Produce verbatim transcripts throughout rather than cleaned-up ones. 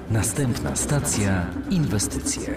Następna stacja inwestycje.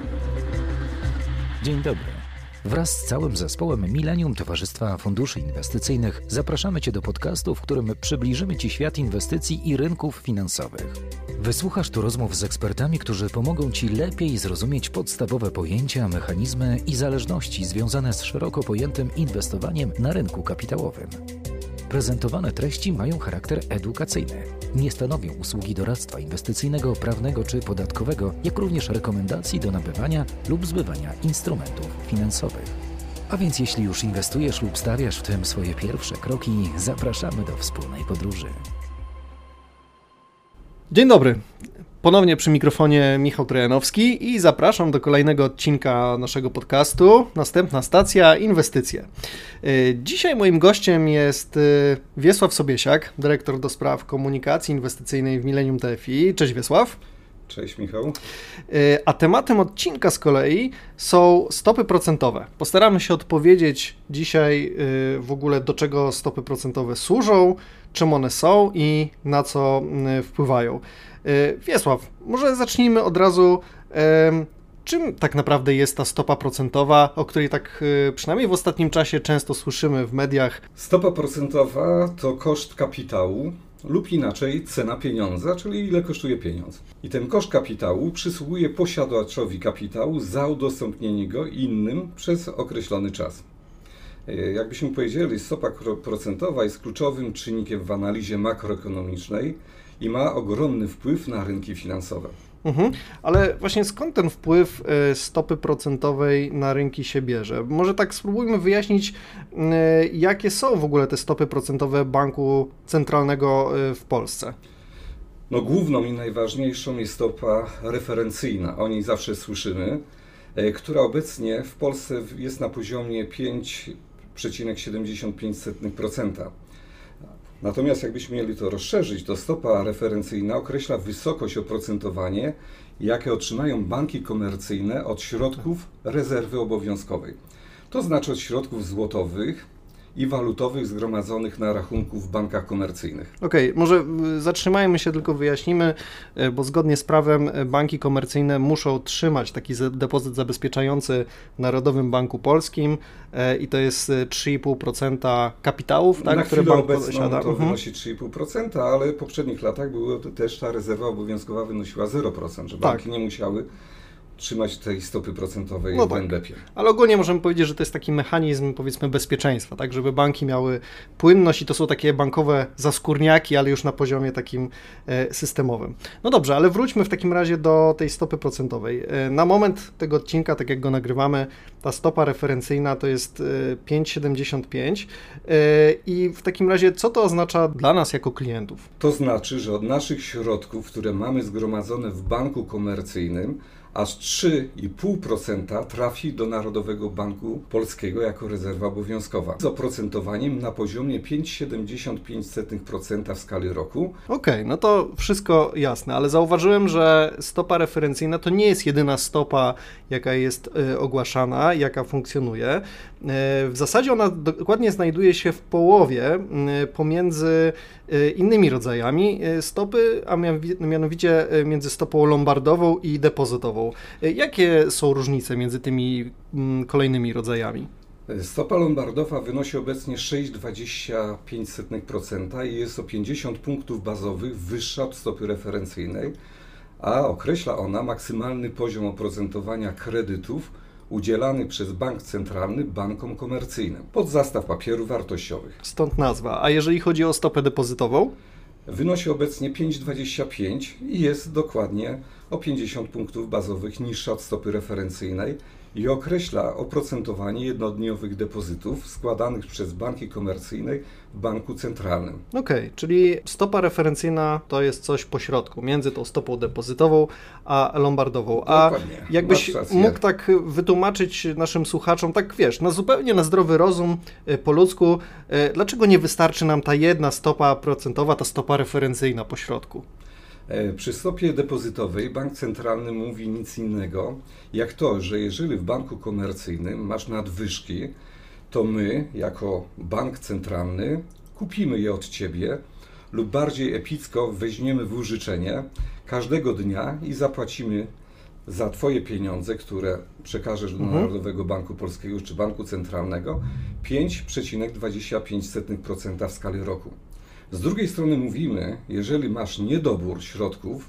Dzień dobry. Wraz z całym zespołem Millennium Towarzystwa Funduszy Inwestycyjnych zapraszamy Cię do podcastu, w którym przybliżymy Ci świat inwestycji i rynków finansowych. Wysłuchasz tu rozmów z ekspertami, którzy pomogą Ci lepiej zrozumieć podstawowe pojęcia, mechanizmy i zależności związane z szeroko pojętym inwestowaniem na rynku kapitałowym. Prezentowane treści mają charakter edukacyjny. Nie stanowią usługi doradztwa inwestycyjnego, prawnego czy podatkowego, jak również rekomendacji do nabywania lub zbywania instrumentów finansowych. A więc jeśli już inwestujesz lub stawiasz w tym swoje pierwsze kroki, zapraszamy do wspólnej podróży. Dzień dobry. Ponownie przy mikrofonie Michał Trojanowski i zapraszam do kolejnego odcinka naszego podcastu. Następna stacja inwestycje. Dzisiaj moim gościem jest Wiesław Sobiesiak, dyrektor do spraw komunikacji inwestycyjnej w Millennium T F I. Cześć Wiesław. Cześć Michał. A tematem odcinka z kolei są stopy procentowe. Postaramy się odpowiedzieć dzisiaj w ogóle, do czego stopy procentowe służą, czym one są i na co wpływają. Wiesław, może zacznijmy od razu, czym tak naprawdę jest ta stopa procentowa, o której tak przynajmniej w ostatnim czasie często słyszymy w mediach? Stopa procentowa to koszt kapitału lub inaczej cena pieniądza, czyli ile kosztuje pieniądz. I ten koszt kapitału przysługuje posiadaczowi kapitału za udostępnienie go innym przez określony czas. Jakbyśmy powiedzieli, stopa procentowa jest kluczowym czynnikiem w analizie makroekonomicznej i ma ogromny wpływ na rynki finansowe. Mhm. Ale właśnie skąd ten wpływ stopy procentowej na rynki się bierze? Może tak spróbujmy wyjaśnić, jakie są w ogóle te stopy procentowe Banku Centralnego w Polsce. No, główną i najważniejszą jest stopa referencyjna, o niej zawsze słyszymy, która obecnie w Polsce jest na poziomie pięć przecinek siedemdziesiąt pięć procent. Natomiast jakbyśmy mieli to rozszerzyć, to stopa referencyjna określa wysokość oprocentowania, jakie otrzymają banki komercyjne od środków rezerwy obowiązkowej. To znaczy od środków złotowych i walutowych zgromadzonych na rachunku w bankach komercyjnych. Okej, okay, może zatrzymajmy się, tylko wyjaśnimy, bo zgodnie z prawem banki komercyjne muszą trzymać taki depozyt zabezpieczający w Narodowym Banku Polskim i to jest trzy i pół procent kapitałów, tak, na które chwilę bank obecną posiada. to mhm. wynosi trzy i pół procent, ale w poprzednich latach było to też ta rezerwa obowiązkowa wynosiła zero procent, że banki tak. nie musiały trzymać tej stopy procentowej no w tak. en be pie. Ale ogólnie możemy powiedzieć, że to jest taki mechanizm, powiedzmy, bezpieczeństwa, tak, żeby banki miały płynność i to są takie bankowe zaskórniaki, ale już na poziomie takim e, systemowym. No dobrze, ale wróćmy w takim razie do tej stopy procentowej. E, na moment tego odcinka, tak jak go nagrywamy, ta stopa referencyjna to jest e, pięć przecinek siedemdziesiąt pięć e, i w takim razie co to oznacza dla nas jako klientów? To znaczy, że od naszych środków, które mamy zgromadzone w banku komercyjnym, aż trzy i pół procent trafi do Narodowego Banku Polskiego jako rezerwa obowiązkowa z oprocentowaniem na poziomie pięć przecinek siedemdziesiąt pięć procent w skali roku. Okej, okay, no to wszystko jasne, ale zauważyłem, że stopa referencyjna to nie jest jedyna stopa, jaka jest y, ogłaszana, jaka funkcjonuje. Y, w zasadzie ona dokładnie znajduje się w połowie y, pomiędzy y, innymi rodzajami y, stopy, a mianowicie y, między stopą lombardową i depozytową. Jakie są różnice między tymi mm, kolejnymi rodzajami? Stopa lombardowa wynosi obecnie sześć przecinek dwadzieścia pięć procent i jest o pięćdziesiąt punktów bazowych wyższa od stopy referencyjnej, a określa ona maksymalny poziom oprocentowania kredytów udzielanych przez bank centralny bankom komercyjnym pod zastaw papierów wartościowych. Stąd nazwa. A jeżeli chodzi o stopę depozytową? Wynosi obecnie pięć przecinek dwadzieścia pięć i jest dokładnie o pięćdziesiąt punktów bazowych niższa od stopy referencyjnej i określa oprocentowanie jednodniowych depozytów składanych przez banki komercyjne w banku centralnym. Okej, okay, czyli stopa referencyjna to jest coś pośrodku, między tą stopą depozytową a lombardową. A Dokładnie. jakbyś mógł tak wytłumaczyć naszym słuchaczom, tak wiesz, na zupełnie na zdrowy rozum, po ludzku, dlaczego nie wystarczy nam ta jedna stopa procentowa, ta stopa referencyjna pośrodku? Przy stopie depozytowej bank centralny mówi nic innego, jak to, że jeżeli w banku komercyjnym masz nadwyżki, to my, jako bank centralny, kupimy je od Ciebie lub bardziej epicko weźmiemy w użyczenie każdego dnia i zapłacimy za Twoje pieniądze, które przekażesz do mhm. Narodowego Banku Polskiego czy Banku Centralnego, pięć przecinek dwadzieścia pięć procent w skali roku. Z drugiej strony mówimy, jeżeli masz niedobór środków,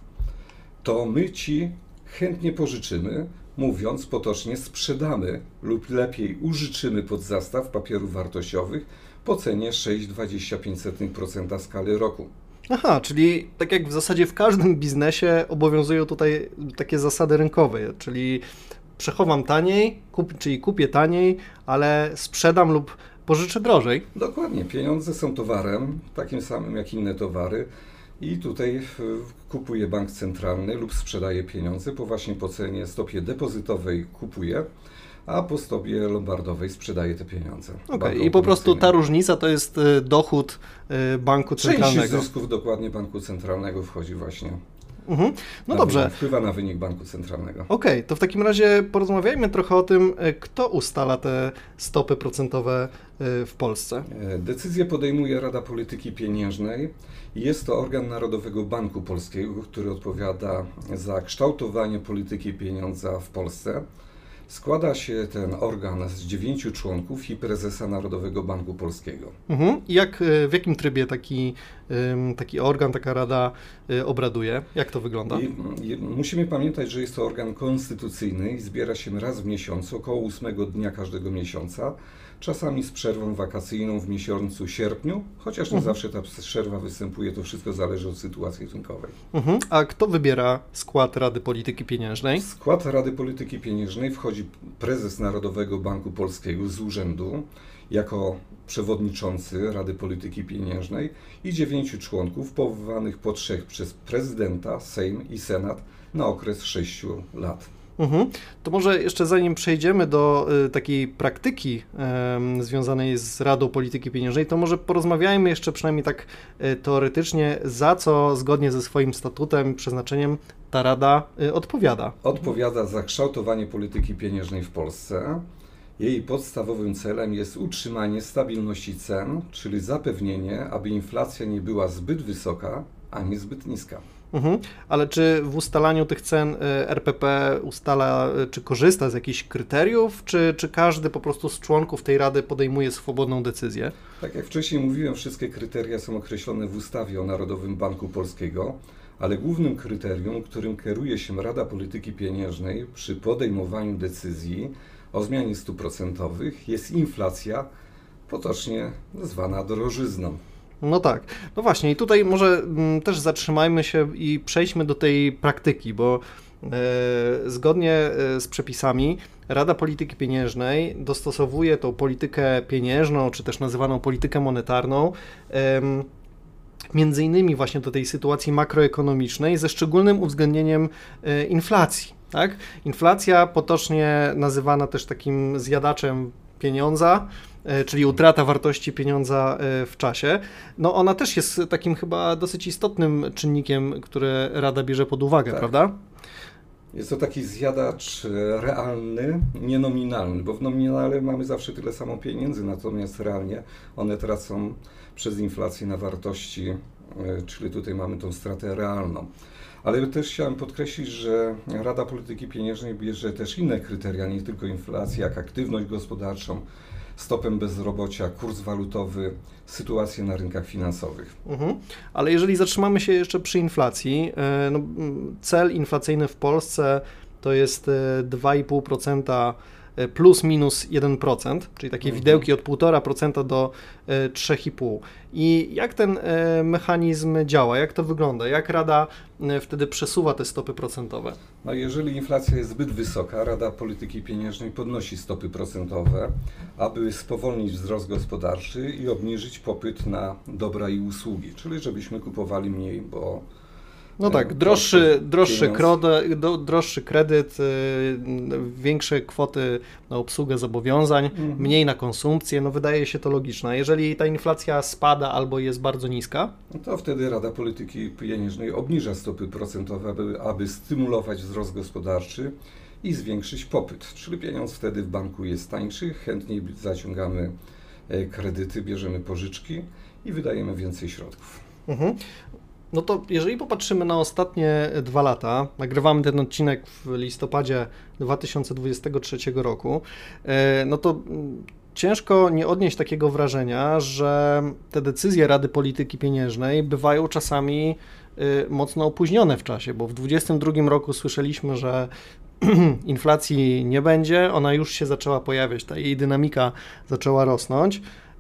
to my Ci chętnie pożyczymy, mówiąc potocznie, sprzedamy lub lepiej użyczymy pod zastaw papierów wartościowych po cenie sześć przecinek dwadzieścia pięć procent w skali roku. Aha, czyli tak jak w zasadzie w każdym biznesie obowiązują tutaj takie zasady rynkowe, czyli przechowam taniej, kup, czyli kupię taniej, ale sprzedam lub pożyczę drożej. Dokładnie, pieniądze są towarem, takim samym jak inne towary i tutaj kupuje bank centralny lub sprzedaje pieniądze, po właśnie po cenie stopie depozytowej kupuje, a po stopie lombardowej sprzedaje te pieniądze. Okay. I po prostu ta różnica to jest dochód banku centralnego. Część zysków dokładnie banku centralnego wchodzi właśnie. Mhm. No na dobrze. Wynik, wpływa na wynik banku centralnego. Okej, okay, to w takim razie porozmawiajmy trochę o tym, kto ustala te stopy procentowe w Polsce. Decyzję podejmuje Rada Polityki Pieniężnej i jest to organ Narodowego Banku Polskiego, który odpowiada za kształtowanie polityki pieniądza w Polsce. Składa się ten organ z dziewięciu członków i prezesa Narodowego Banku Polskiego. Mhm. I jak, w jakim trybie taki, taki organ, taka rada obraduje? Jak to wygląda? I, i musimy pamiętać, że jest to organ konstytucyjny i zbiera się raz w miesiącu, około ósmego dnia każdego miesiąca, czasami z przerwą wakacyjną w miesiącu sierpniu, chociaż nie mhm. zawsze ta przerwa występuje, to wszystko zależy od sytuacji rynkowej. Mhm. A kto wybiera skład Rady Polityki Pieniężnej? W skład Rady Polityki Pieniężnej wchodzi prezes Narodowego Banku Polskiego z urzędu jako przewodniczący Rady Polityki Pieniężnej i dziewięciu członków powołanych po trzech przez prezydenta, Sejm i Senat na okres sześciu lat. Mhm. To może jeszcze zanim przejdziemy do y, takiej praktyki y, związanej z Radą Polityki Pieniężnej, to może porozmawiajmy jeszcze przynajmniej tak y, teoretycznie, za co zgodnie ze swoim statutem, przeznaczeniem ta Rada y, odpowiada. Odpowiada za kształtowanie polityki pieniężnej w Polsce. Jej podstawowym celem jest utrzymanie stabilności cen, czyli zapewnienie, aby inflacja nie była zbyt wysoka, ani zbyt niska. Mhm. Ale czy w ustalaniu tych cen R P P ustala, czy korzysta z jakichś kryteriów, czy, czy każdy po prostu z członków tej Rady podejmuje swobodną decyzję? Tak jak wcześniej mówiłem, wszystkie kryteria są określone w ustawie o Narodowym Banku Polskiego, ale głównym kryterium, którym kieruje się Rada Polityki Pieniężnej przy podejmowaniu decyzji o zmianie stóp procentowych jest inflacja, potocznie zwana drożyzną. No tak, no właśnie i tutaj może m, też zatrzymajmy się i przejdźmy do tej praktyki, bo e, zgodnie e, z przepisami Rada Polityki Pieniężnej dostosowuje tą politykę pieniężną, czy też nazywaną politykę monetarną, e, między innymi właśnie do tej sytuacji makroekonomicznej ze szczególnym uwzględnieniem e, inflacji. Tak? Inflacja potocznie nazywana też takim zjadaczem pieniądza, czyli utrata wartości pieniądza w czasie, no ona też jest takim chyba dosyć istotnym czynnikiem, który Rada bierze pod uwagę, tak. Prawda? Jest to taki zjadacz realny, nie nominalny, bo w nominale mamy zawsze tyle samo pieniędzy, natomiast realnie one tracą przez inflację na wartości, czyli tutaj mamy tą stratę realną. Ale też chciałem podkreślić, że Rada Polityki Pieniężnej bierze też inne kryteria, nie tylko inflację, jak aktywność gospodarczą, stopę bezrobocia, kurs walutowy, sytuację na rynkach finansowych. Mhm. Ale jeżeli zatrzymamy się jeszcze przy inflacji, no, cel inflacyjny w Polsce to jest dwa i pół procent plus minus jeden procent, czyli takie mhm. widełki od półtora procenta do trzy i pół procent. I jak ten mechanizm działa, jak to wygląda, jak Rada wtedy przesuwa te stopy procentowe? No jeżeli inflacja jest zbyt wysoka, Rada Polityki Pieniężnej podnosi stopy procentowe, aby spowolnić wzrost gospodarczy i obniżyć popyt na dobra i usługi, czyli żebyśmy kupowali mniej, bo no tak, droższy, droższy, krody, droższy kredyt, większe kwoty na obsługę zobowiązań, mhm. mniej na konsumpcję, no wydaje się to logiczne. Jeżeli ta inflacja spada albo jest bardzo niska, no to wtedy Rada Polityki Pieniężnej obniża stopy procentowe, aby, aby stymulować wzrost gospodarczy i zwiększyć popyt, czyli pieniądz wtedy w banku jest tańszy, chętniej zaciągamy kredyty, bierzemy pożyczki i wydajemy więcej środków. Mhm. No to jeżeli popatrzymy na ostatnie dwa lata, nagrywamy ten odcinek w listopadzie dwa tysiące dwudziestego trzeciego roku, no to ciężko nie odnieść takiego wrażenia, że te decyzje Rady Polityki Pieniężnej bywają czasami mocno opóźnione w czasie, bo w dwudziestym drugim roku słyszeliśmy, że inflacji nie będzie, ona już się zaczęła pojawiać, ta jej dynamika zaczęła rosnąć.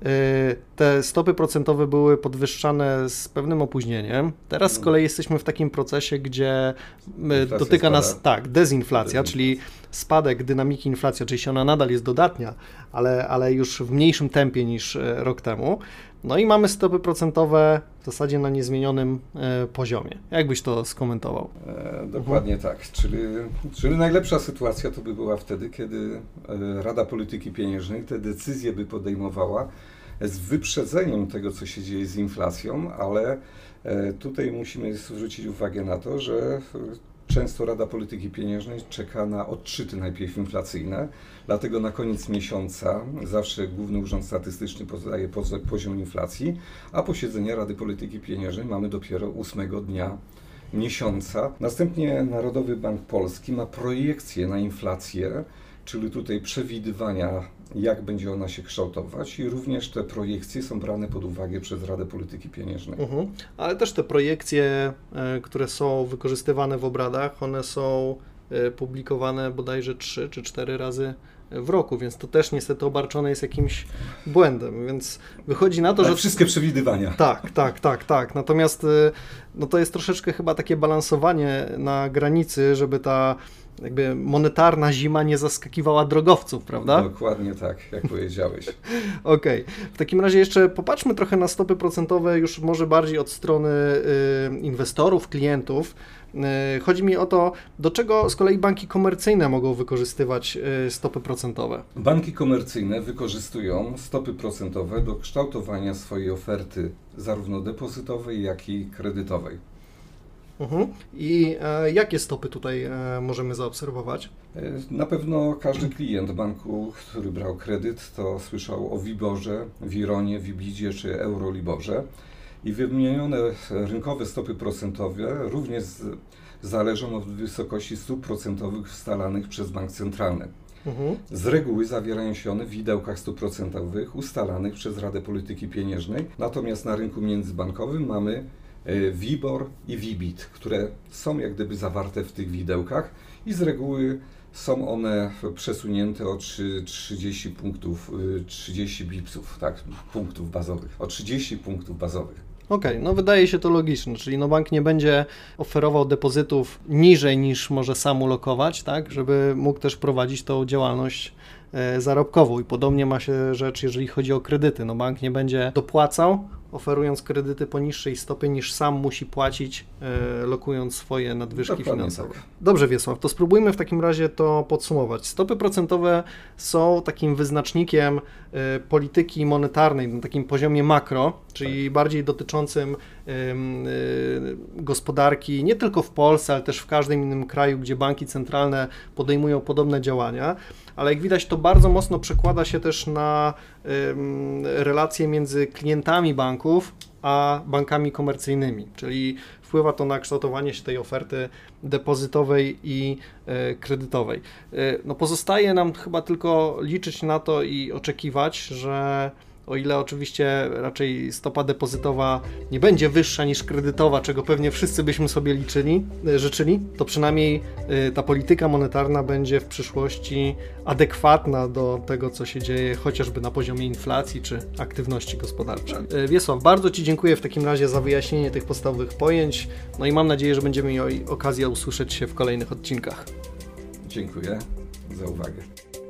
Te stopy procentowe były podwyższane z pewnym opóźnieniem. Teraz z kolei jesteśmy w takim procesie, gdzie inflacja dotyka spada. nas tak, dezinflacja, dezinflacja, czyli spadek dynamiki inflacji. Oczywiście ona nadal jest dodatnia, ale, ale już w mniejszym tempie niż rok temu. No i mamy stopy procentowe w zasadzie na niezmienionym e, poziomie. Jak byś to skomentował? E, dokładnie mhm. tak. Czyli, czyli najlepsza sytuacja to by była wtedy, kiedy Rada Polityki Pieniężnej te decyzje by podejmowała z wyprzedzeniem tego, co się dzieje z inflacją, ale e, tutaj musimy zwrócić uwagę na to, że często Rada Polityki Pieniężnej czeka na odczyty najpierw inflacyjne, dlatego na koniec miesiąca zawsze Główny Urząd Statystyczny podaje poziom inflacji, a posiedzenie Rady Polityki Pieniężnej mamy dopiero ósmego dnia miesiąca. Następnie Narodowy Bank Polski ma projekcję na inflację, czyli tutaj przewidywania, jak będzie ona się kształtować i również te projekcje są brane pod uwagę przez Radę Polityki Pieniężnej. Mhm. Ale też te projekcje, które są wykorzystywane w obradach, one są publikowane bodajże trzy czy cztery razy w roku, więc to też niestety obarczone jest jakimś błędem, więc wychodzi na to, tak, że... Wszystkie przewidywania. Tak, tak, tak, tak. Natomiast no to jest troszeczkę chyba takie balansowanie na granicy, żeby ta jakby monetarna zima nie zaskakiwała drogowców, prawda? Dokładnie tak, jak powiedziałeś. Okej. Okay. W takim razie jeszcze popatrzmy trochę na stopy procentowe już może bardziej od strony y, inwestorów, klientów. Y, chodzi mi o to, do czego z kolei banki komercyjne mogą wykorzystywać y, stopy procentowe? Banki komercyjne wykorzystują stopy procentowe do kształtowania swojej oferty zarówno depozytowej, jak i kredytowej. Uh-huh. I e, jakie stopy tutaj e, możemy zaobserwować? Na pewno każdy klient banku, który brał kredyt, to słyszał o WIBORze, WIRONie, WIBIDzie czy Euroliborze. I wymienione rynkowe stopy procentowe również z, zależą od wysokości stóp procentowych ustalanych przez bank centralny. Uh-huh. Z reguły zawierają się one w widełkach stóp procentowych ustalanych przez Radę Polityki Pieniężnej, natomiast na rynku międzybankowym mamy WIBOR i WIBID, które są jak gdyby zawarte w tych widełkach i z reguły są one przesunięte o trzydzieści punktów, trzydzieści bipsów, tak, punktów bazowych, o trzydzieści punktów bazowych. Okej, okay, no wydaje się to logiczne, czyli no bank nie będzie oferował depozytów niżej niż może sam ulokować, tak, żeby mógł też prowadzić tą działalność zarobkową i podobnie ma się rzecz, jeżeli chodzi o kredyty. No bank nie będzie dopłacał, oferując kredyty po niższej stopie niż sam musi płacić, e, lokując swoje nadwyżki Dokładnie finansowe. Tak. Dobrze, Wiesław, to spróbujmy w takim razie to podsumować. Stopy procentowe są takim wyznacznikiem e, polityki monetarnej na takim poziomie makro, czyli tak. bardziej dotyczącym e, e, gospodarki nie tylko w Polsce, ale też w każdym innym kraju, gdzie banki centralne podejmują podobne działania. Ale jak widać, to bardzo mocno przekłada się też na ym, relacje między klientami banków a bankami komercyjnymi, czyli wpływa to na kształtowanie się tej oferty depozytowej i y, kredytowej. Y, no pozostaje nam chyba tylko liczyć na to i oczekiwać, że o ile oczywiście raczej stopa depozytowa nie będzie wyższa niż kredytowa, czego pewnie wszyscy byśmy sobie liczyli, życzyli, to przynajmniej ta polityka monetarna będzie w przyszłości adekwatna do tego, co się dzieje chociażby na poziomie inflacji czy aktywności gospodarczej. Wiesław, bardzo Ci dziękuję w takim razie za wyjaśnienie tych podstawowych pojęć, no i mam nadzieję, że będziemy mieli okazję usłyszeć się w kolejnych odcinkach. Dziękuję za uwagę.